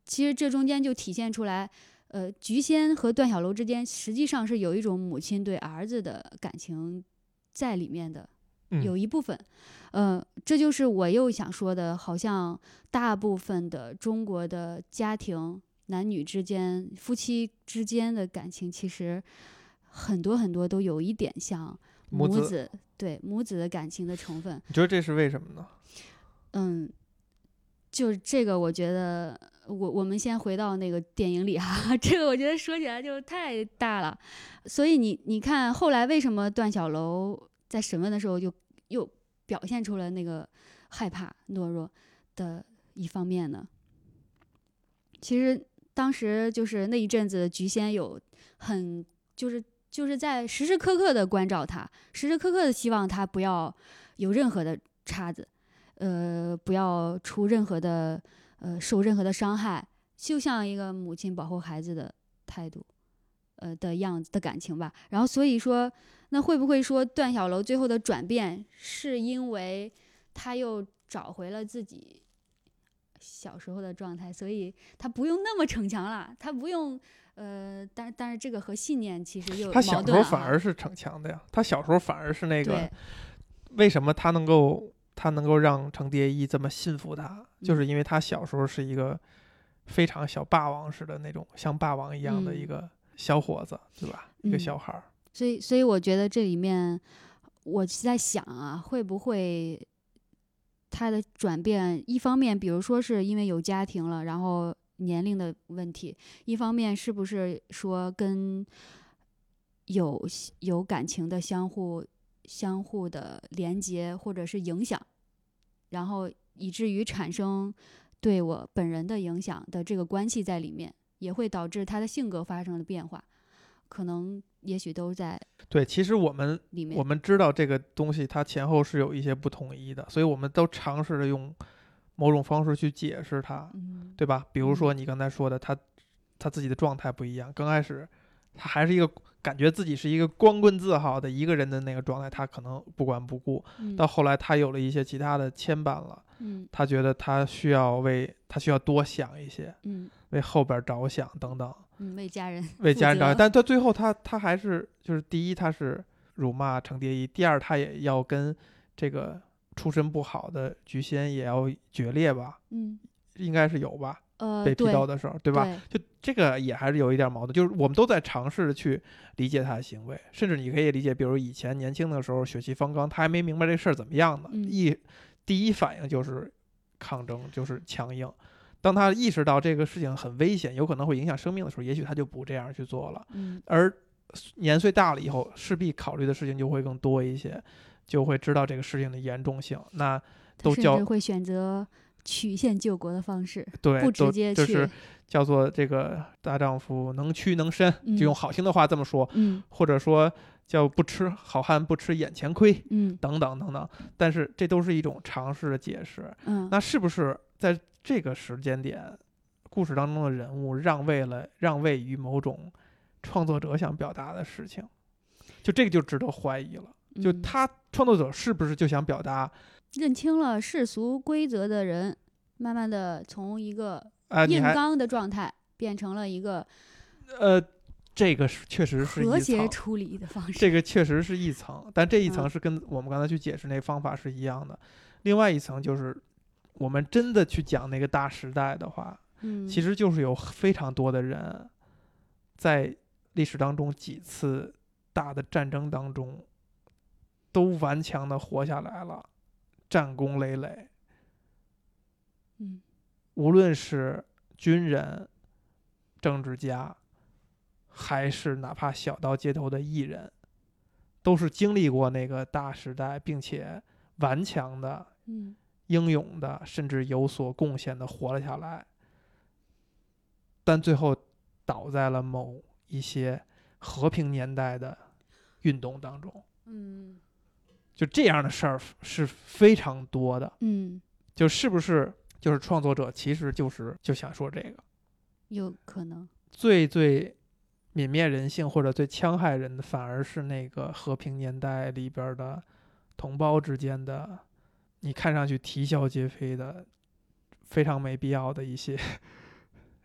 其实这中间就体现出来，呃，菊仙和段小楼之间实际上是有一种母亲对儿子的感情在里面的，有一部分，嗯、呃，这就是我又想说的，好像大部分的中国的家庭男女之间、夫妻之间的感情，其实很多很多都有一点像母子， 母子对母子的感情的成分。 你觉得这是为什么呢？ 嗯，就是这个，我觉得我我们先回到那个电影里哈，这个我觉得说起来就太大了。所以你你看后来为什么段小楼在审问的时候就又表现出了那个害怕懦弱的一方面呢？其实当时就是那一阵子，菊仙有很就是就是在时时刻刻的关照他，时时刻刻的希望他不要有任何的岔子，呃，不要出任何的呃受任何的伤害，就像一个母亲保护孩子的态度，呃的样子的感情吧。然后所以说，那会不会说段小楼最后的转变是因为他又找回了自己小时候的状态，所以他不用那么逞强了，他不用呃，但但是这个和信念其实又他小时候矛盾了哈反而是逞强的呀，他小时候反而是那个对， 为什么他能够他能够让程蝶衣这么信服他，就是因为他小时候是一个非常小霸王式的那种像霸王一样的一个小伙子，对吧？一个嗯小孩儿。 所以所以我觉得这里面我在想啊，会不会他的转变，一方面比如说是因为有家庭了，然后年龄的问题，一方面是不是说跟有有感情的相互相互的连接或者是影响，然后以至于产生对我本人的影响的这个关系在里面，也会导致他的性格发生了变化，可能也许都在对，其实我们里面。 我们知道这个东西它前后是有一些不统一的，所以我们都尝试着用某种方式去解释它， 嗯， 对吧？比如说你刚才说的，他他自己的状态不一样，刚开始他还是一个感觉自己是一个光棍自豪的一个人的那个状态，他可能不管不顾， 嗯到后来他有了一些其他的牵绊了， 嗯他觉得他需要为他需要多想一些， 嗯为后边着想等等， 嗯，为家人为家人着想。 负责但到最后他他还是就是第一他是辱骂程蝶衣，第二他也要跟这个出身不好的菊仙也要决裂吧， 嗯应该是有吧。 呃被批斗对的时候，对吧？ 对就这个也还是有一点矛盾，就是我们都在尝试去理解他的行为，甚至你可以理解，比如以前年轻的时候血气方刚，他还没明白这事儿怎么样呢， 嗯一第一反应就是抗争，就是强硬。当他意识到这个事情很危险，有可能会影响生命的时候，也许他就不这样去做了。 嗯而年岁大了以后，势必考虑的事情就会更多一些，就会知道这个事情的严重性。那他甚都叫至会选择曲线救国的方式， 对， 不直都接去， 就是叫做这个大丈夫能屈能伸， 嗯就用好听的话这么说， 嗯或者说叫不吃好汉不吃眼前亏， 嗯等等等等。但是这都是一种常识的解释。 嗯， 那是不是在这个时间点，故事当中的人物让位了，让位于某种创作者想表达的事情？就这个就值得怀疑了。就嗯他创作者是不是就想表达认清了世俗规则的人，慢慢的从一个啊、你还硬刚的状态变成了一个呃，这个是确实是和一层。 谐处理的方式。 这个确实是一层，但这一层嗯是跟我们刚才去解释那方法是一样的。另外一层就是，我们真的去讲那个大时代的话， 嗯， 其实就是有非常多的人在历史当中几次大的战争当中都顽强的活下来了，战功累累。 嗯无论是军人、政治家，还是哪怕小到街头的艺人，都是经历过那个大时代，并且顽强的、 嗯英勇的，甚至有所贡献的活了下来，但最后倒在了某一些和平年代的运动当中。 嗯就这样的事儿是非常多的。 嗯， 就是不是就是创作者其实就是就想说这个有可能。 最最泯灭人性或者最戕害人的，反而是那个和平年代里边的同胞之间的，你看上去啼笑皆非的非常没必要的一些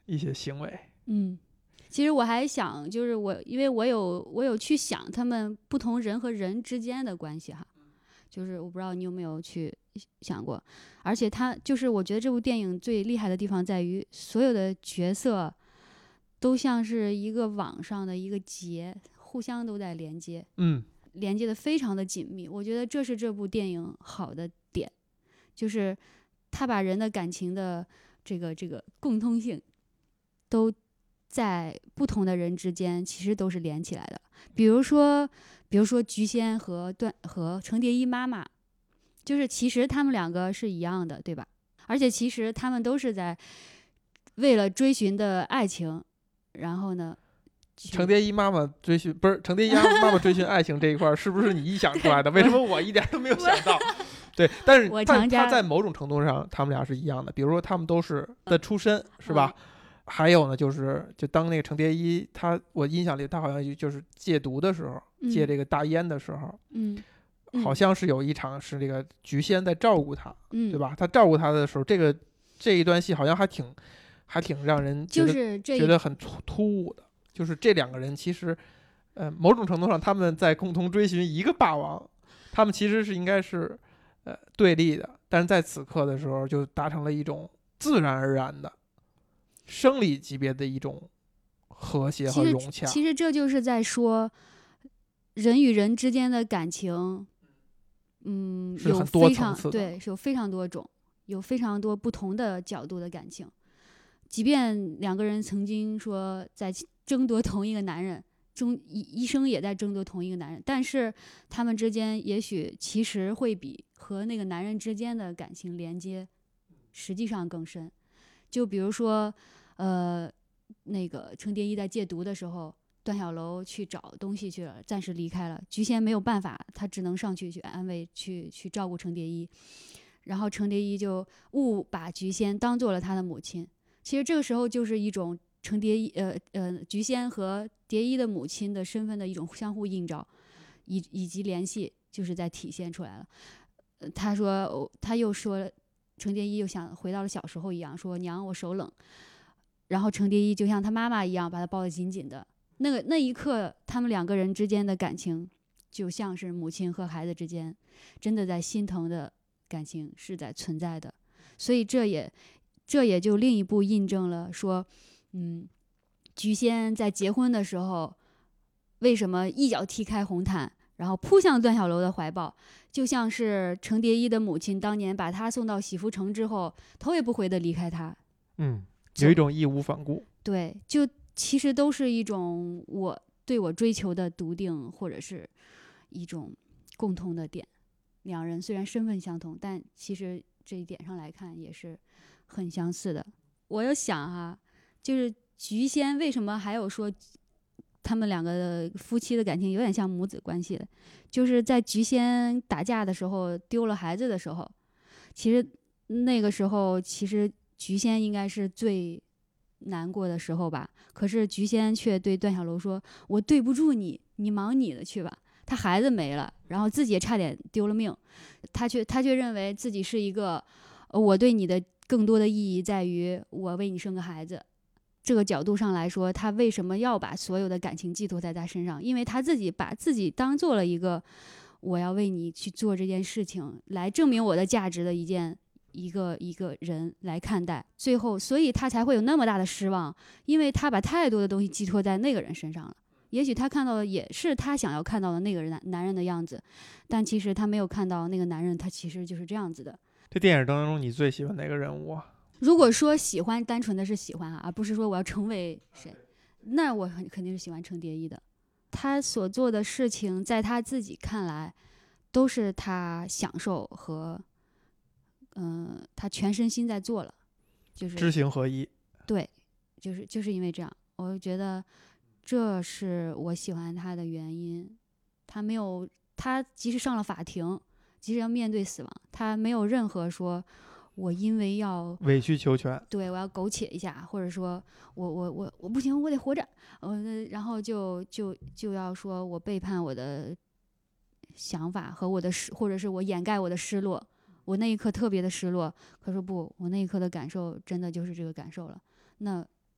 一些行为。 嗯，其实我还想，就是我因为我有我有去想他们不同人和人之间的关系哈，就是我不知道你有没有去想过，而且他就是我觉得这部电影最厉害的地方在于所有的角色都像是一个网上的一个结，互相都在连接， 嗯， 连接的非常的紧密。我觉得这是这部电影好的点，就是他把人的感情的这个这个共通性都在不同的人之间其实都是连起来的。比如说比如说菊仙和段和程蝶衣妈妈，就是其实他们两个是一样的，对吧？而且其实他们都是在为了追寻的爱情，然后呢程蝶衣妈妈追寻不是程蝶衣妈妈追寻爱情这一块是不是你臆想出来的？为什么我一点都没有想到？对，但是他他在某种程度上他们俩是一样的，比如说他们都是的出身、嗯、是吧、嗯？还有呢，就是就当那个程蝶衣他我印象里他好像就是戒毒的时候、嗯、戒这个大烟的时候， 嗯， 好像是有一场是这个菊仙在照顾他， 嗯， 对吧？他照顾他的时候，这个这一段戏好像还挺还挺让人觉得、 就是、 觉得很突兀的，就是这两个人其实，呃，某种程度上他们在共同追寻一个霸王，他们其实是应该是呃对立的，但是在此刻的时候就达成了一种自然而然的生理级别的一种和谐和融洽。 其实，其实这就是在说人与人之间的感情，嗯， 是很多层次的， 对，是有非常多种，有非常多不同的角度的感情。即便两个人曾经说在争夺同一个男人，中医生也在争夺同一个男人，但是他们之间也许其实会比和那个男人之间的感情连接实际上更深。就比如说，呃，那个程蝶衣在戒毒的时候，段小楼去找东西去了，暂时离开了。菊仙没有办法，他只能上去去安慰，去去照顾程蝶衣。然后程蝶衣就误把菊仙当做了他的母亲。其实这个时候就是一种程蝶衣呃呃菊仙和蝶衣的母亲的身份的一种相互映照，以以及联系，就是在体现出来了。呃、他说、哦，他又说，程蝶衣又想回到了小时候一样，说娘我手冷。然后程蝶衣就像他妈妈一样把他抱得紧紧的。那个那一刻，他们两个人之间的感情，就像是母亲和孩子之间真的在心疼的感情是在存在的。所以这也这也就另一步印证了说，嗯，菊仙在结婚的时候为什么一脚踢开红毯，然后扑向段小楼的怀抱，就像是程蝶衣的母亲当年把他送到喜福城之后，头也不回的离开他。 嗯，有一种义无反顾。 对，就其实都是一种我对我追求的笃定，或者是一种共通的点。两人虽然身份相同，但其实这一点上来看也是很相似的。我有想哈，就是菊仙为什么还有说他们两个的夫妻的感情有点像母子关系的，就是在菊仙打架的时候丢了孩子的时候，其实那个时候其实菊仙应该是最难过的时候吧，可是菊仙却对段小楼说，我对不住你，你忙你的去吧。他孩子没了，然后自己也差点丢了命，他却他却认为自己是一个，我对你的更多的意义在于我为你生个孩子。这个角度上来说，他为什么要把所有的感情寄托在他身上？因为他自己把自己当做了一个我要为你去做这件事情来证明我的价值的一件一个一个人来看待，最后所以他才会有那么大的失望，因为他把太多的东西寄托在那个人身上了。也许他看到的也是他想要看到的那个人男人的样子，但其实他没有看到那个男人他其实就是这样子的。 这电影当中你最喜欢哪个人物啊？ 如果说喜欢单纯的是喜欢啊，而不是说我要成为谁，那我肯定是喜欢程蝶衣的。他所做的事情在他自己看来都是他享受和嗯、呃，他全身心在做了，就是知行合一。 对，就是就是因为这样，我觉得这是我喜欢他的原因。他没有，他即使上了法庭，即使要面对死亡，他没有任何说我因为要委曲求全， 对我要苟且一下，或者说我我我我不行，我得活着，呃，然后就就就要说我背叛我的想法和我的失，或者是我掩盖我的失落。我那一刻特别的失落，可是不，我那一刻的感受真的就是这个感受了。那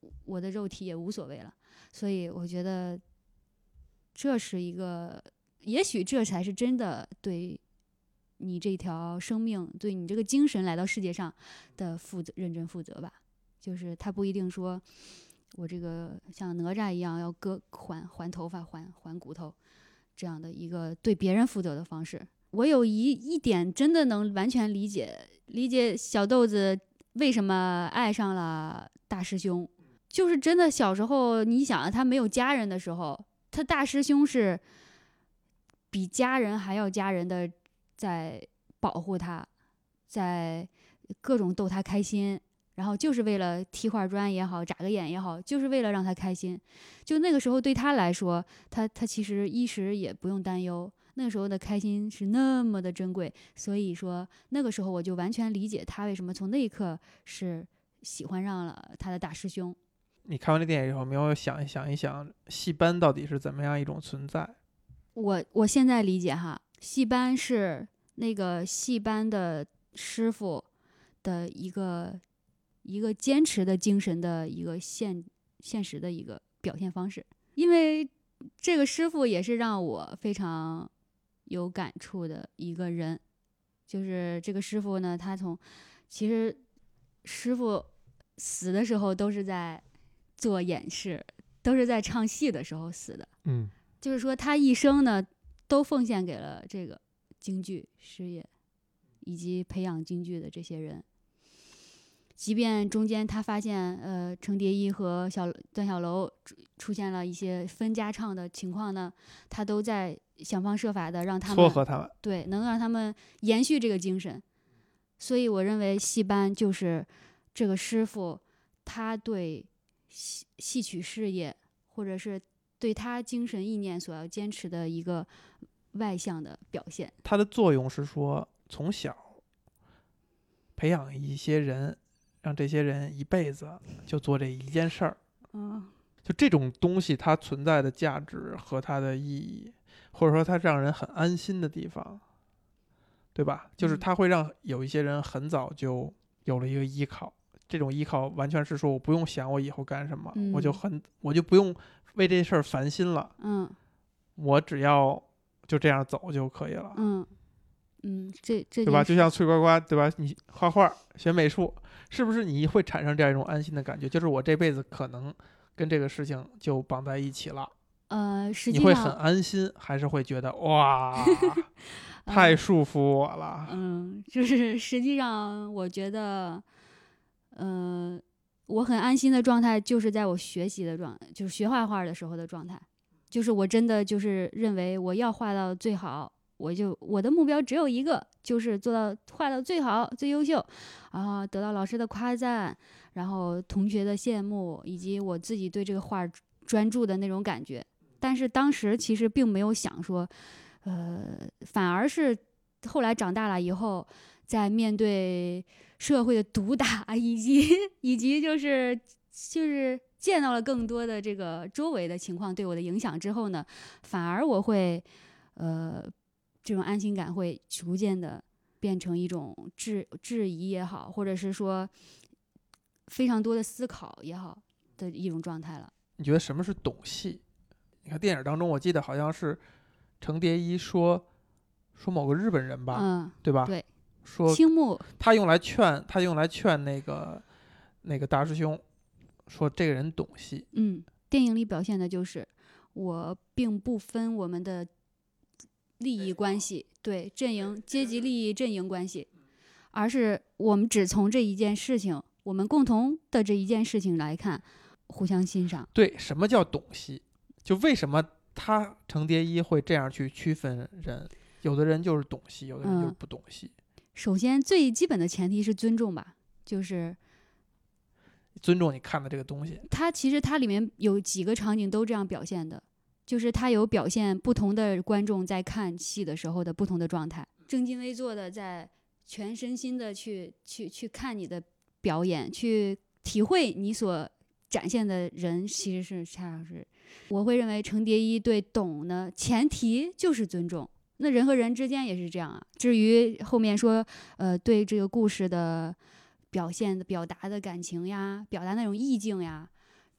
我的肉体也无所谓了。所以我觉得这是一个，也许这才是真的对你这条生命，对你这个精神来到世界上的负责，认真负责吧。就是他不一定说我这个像哪吒一样要割还还头发还还骨头这样的一个对别人负责的方式。我有一一点真的能完全理解理解小豆子为什么爱上了大师兄，就是真的小时候你想他没有家人的时候，他大师兄是比家人还要家人的在保护他，在各种逗他开心，然后就是为了踢块砖也好，眨个眼也好，就是为了让他开心。就那个时候对他来说，他他其实衣食也不用担忧，那个时候的开心是那么的珍贵。所以说那个时候我就完全理解他为什么从那一刻是喜欢上了他的大师兄。 你看完这电影以后，有没有想一想一想戏班到底是怎么样一种存在？ 我我现在理解哈，戏班是那个戏班的师傅的一个一个坚持的精神的一个现现实的一个表现方式。因为这个师傅也是让我非常有感触的一个人，就是这个师傅呢，他从其实师傅死的时候都是在做演示，都是在唱戏的时候死的。 嗯， 就是说他一生呢都奉献给了这个京剧事业以及培养京剧的这些人。即便中间他发现呃程蝶衣和小段小楼出现了一些分家唱的情况呢，他都在想方设法的让他们撮合他们， 对，能让他们延续这个精神。所以我认为戏班就是这个师傅他对戏戏曲事业或者是对他精神意念所要坚持的一个外向的表现。 它的作用是说从小培养一些人，让这些人一辈子就做这一件事儿。 嗯， 就这种东西它存在的价值和它的意义，或者说它让人很安心的地方，对吧？就是它会让有一些人很早就有了一个依靠。这种依靠完全是说我不用想我以后干什么， 嗯、 我就很我就不用为这事儿烦心了。 嗯， 我只要就这样走就可以了。 嗯嗯，这这对吧？就像翠呱呱，对吧？你画画学美术，是不是你会产生这样一种安心的感觉？就是我这辈子可能跟这个事情就绑在一起了。 呃，实际上你会很安心，还是会觉得哇，太束缚我了？ 嗯，就是实际上我觉得，呃，我很安心的状态就是在我学习的状，就是学画画的时候的状态，就是我真的就是认为我要画到最好。我就我的目标只有一个，就是做到画到最好最优秀，然后得到老师的夸赞，然后同学的羡慕，以及我自己对这个画专注的那种感觉。但是当时其实并没有想说呃，反而是后来长大了以后，在面对社会的毒打以及以及就是就是见到了更多的这个周围的情况对我的影响之后呢，反而我会呃这种安心感会逐渐的变成一种质质疑也好，或者是说非常多的思考也好的一种状态了。 你觉得什么是懂戏？你看电影当中，我记得好像是程蝶衣说说某个日本人吧， 嗯， 对吧？ 对， 说青木他用来劝他用来劝那个那个大师兄，说这个人懂戏。 嗯，电影里表现的就是我并不分我们的利益关系，对阵营阶级利益阵营关系，而是我们只从这一件事情，我们共同的这一件事情来看，互相欣赏。 对，什么叫懂戏？就为什么他程蝶衣会这样去区分人？有的人就是懂戏，有的人就是不懂戏。 嗯、首先，最基本的前提是尊重吧，就是尊重你看的这个东西。 它其实它里面有几个场景都这样表现的，就是它有表现不同的观众在看戏的时候的不同的状态，正襟危坐的在全身心的去去去看你的表演，去体会你所展现的人，其实是恰恰是，我会认为程蝶衣对懂呢，前提就是尊重。那人和人之间也是这样啊。至于后面说，呃，对这个故事的表现的、表达的感情呀，表达那种意境呀，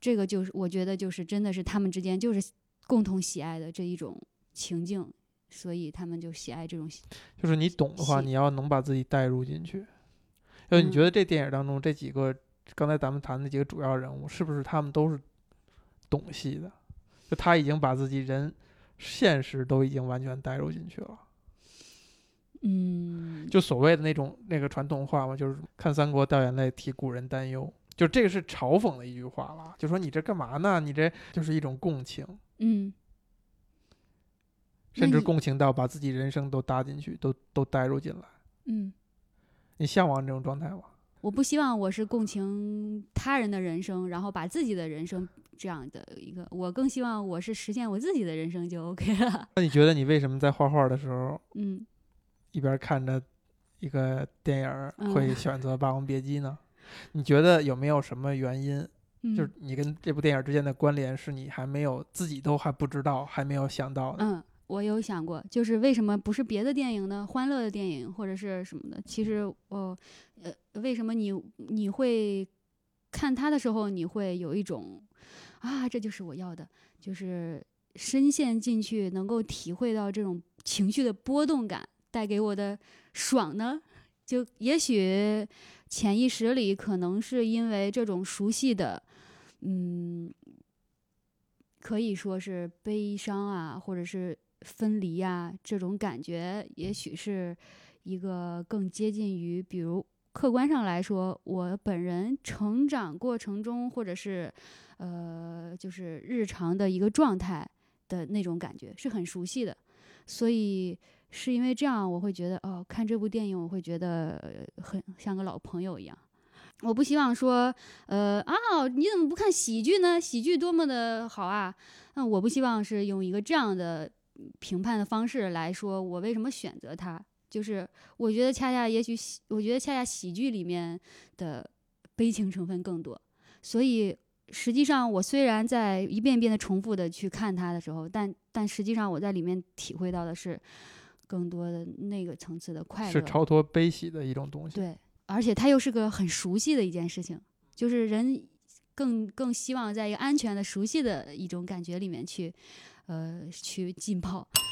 这个就是我觉得就是真的是他们之间就是共同喜爱的这一种情境，所以他们就喜爱这种。 就是你懂的话，你要能把自己带入进去。就你觉得这电影当中这几个、嗯、刚才咱们谈的几个主要人物，是不是他们都是懂戏的？就他已经把自己人现实都已经完全带入进去了。 嗯， 就所谓的那种那个传统话嘛，就是看三国掉眼泪，替古人担忧。就这个是嘲讽的一句话了，就说你这干嘛呢？你这就是一种共情。 嗯， 甚至共情到把自己人生都搭进去，都都带入进来。 嗯， 你向往这种状态吗？ 我不希望我是共情他人的人生，然后把自己的人生这样的一个，我更希望我是实现我自己的人生就 OK 了。 那你觉得你为什么在画画的时候， 嗯， 一边看着一个电影会选择《霸王别姬》呢？嗯、你觉得有没有什么原因？ 嗯、 就是你跟这部电影之间的关联是你还没有自己都还不知道，还没有想到的。 嗯，我有想过，就是为什么不是别的电影呢？欢乐的电影或者是什么的？其实我，呃，为什么你你会看它的时候，你会有一种啊，这就是我要的，就是深陷进去，能够体会到这种情绪的波动感带给我的爽呢？就也许潜意识里可能是因为这种熟悉的，嗯，可以说是悲伤啊，或者是分离啊，这种感觉也许是一个更接近于，比如客观上来说，我本人成长过程中，或者是呃，就是日常的一个状态的那种感觉，是很熟悉的。所以是因为这样，我会觉得哦，看这部电影我会觉得很像个老朋友一样。我不希望说，呃啊，你怎么不看喜剧呢？喜剧多么的好啊！那我不希望是用一个这样的评判的方式来说，我为什么选择它。就是我觉得恰恰也许，我觉得恰恰喜剧里面的悲情成分更多。所以实际上，我虽然在一遍一遍的重复的去看它的时候，但但实际上我在里面体会到的是更多的那个层次的快乐， 是超脱悲喜的一种东西。 对。而且它又是个很熟悉的一件事情，就是人更更希望在一个安全的、熟悉的一种感觉里面去，呃，去浸泡。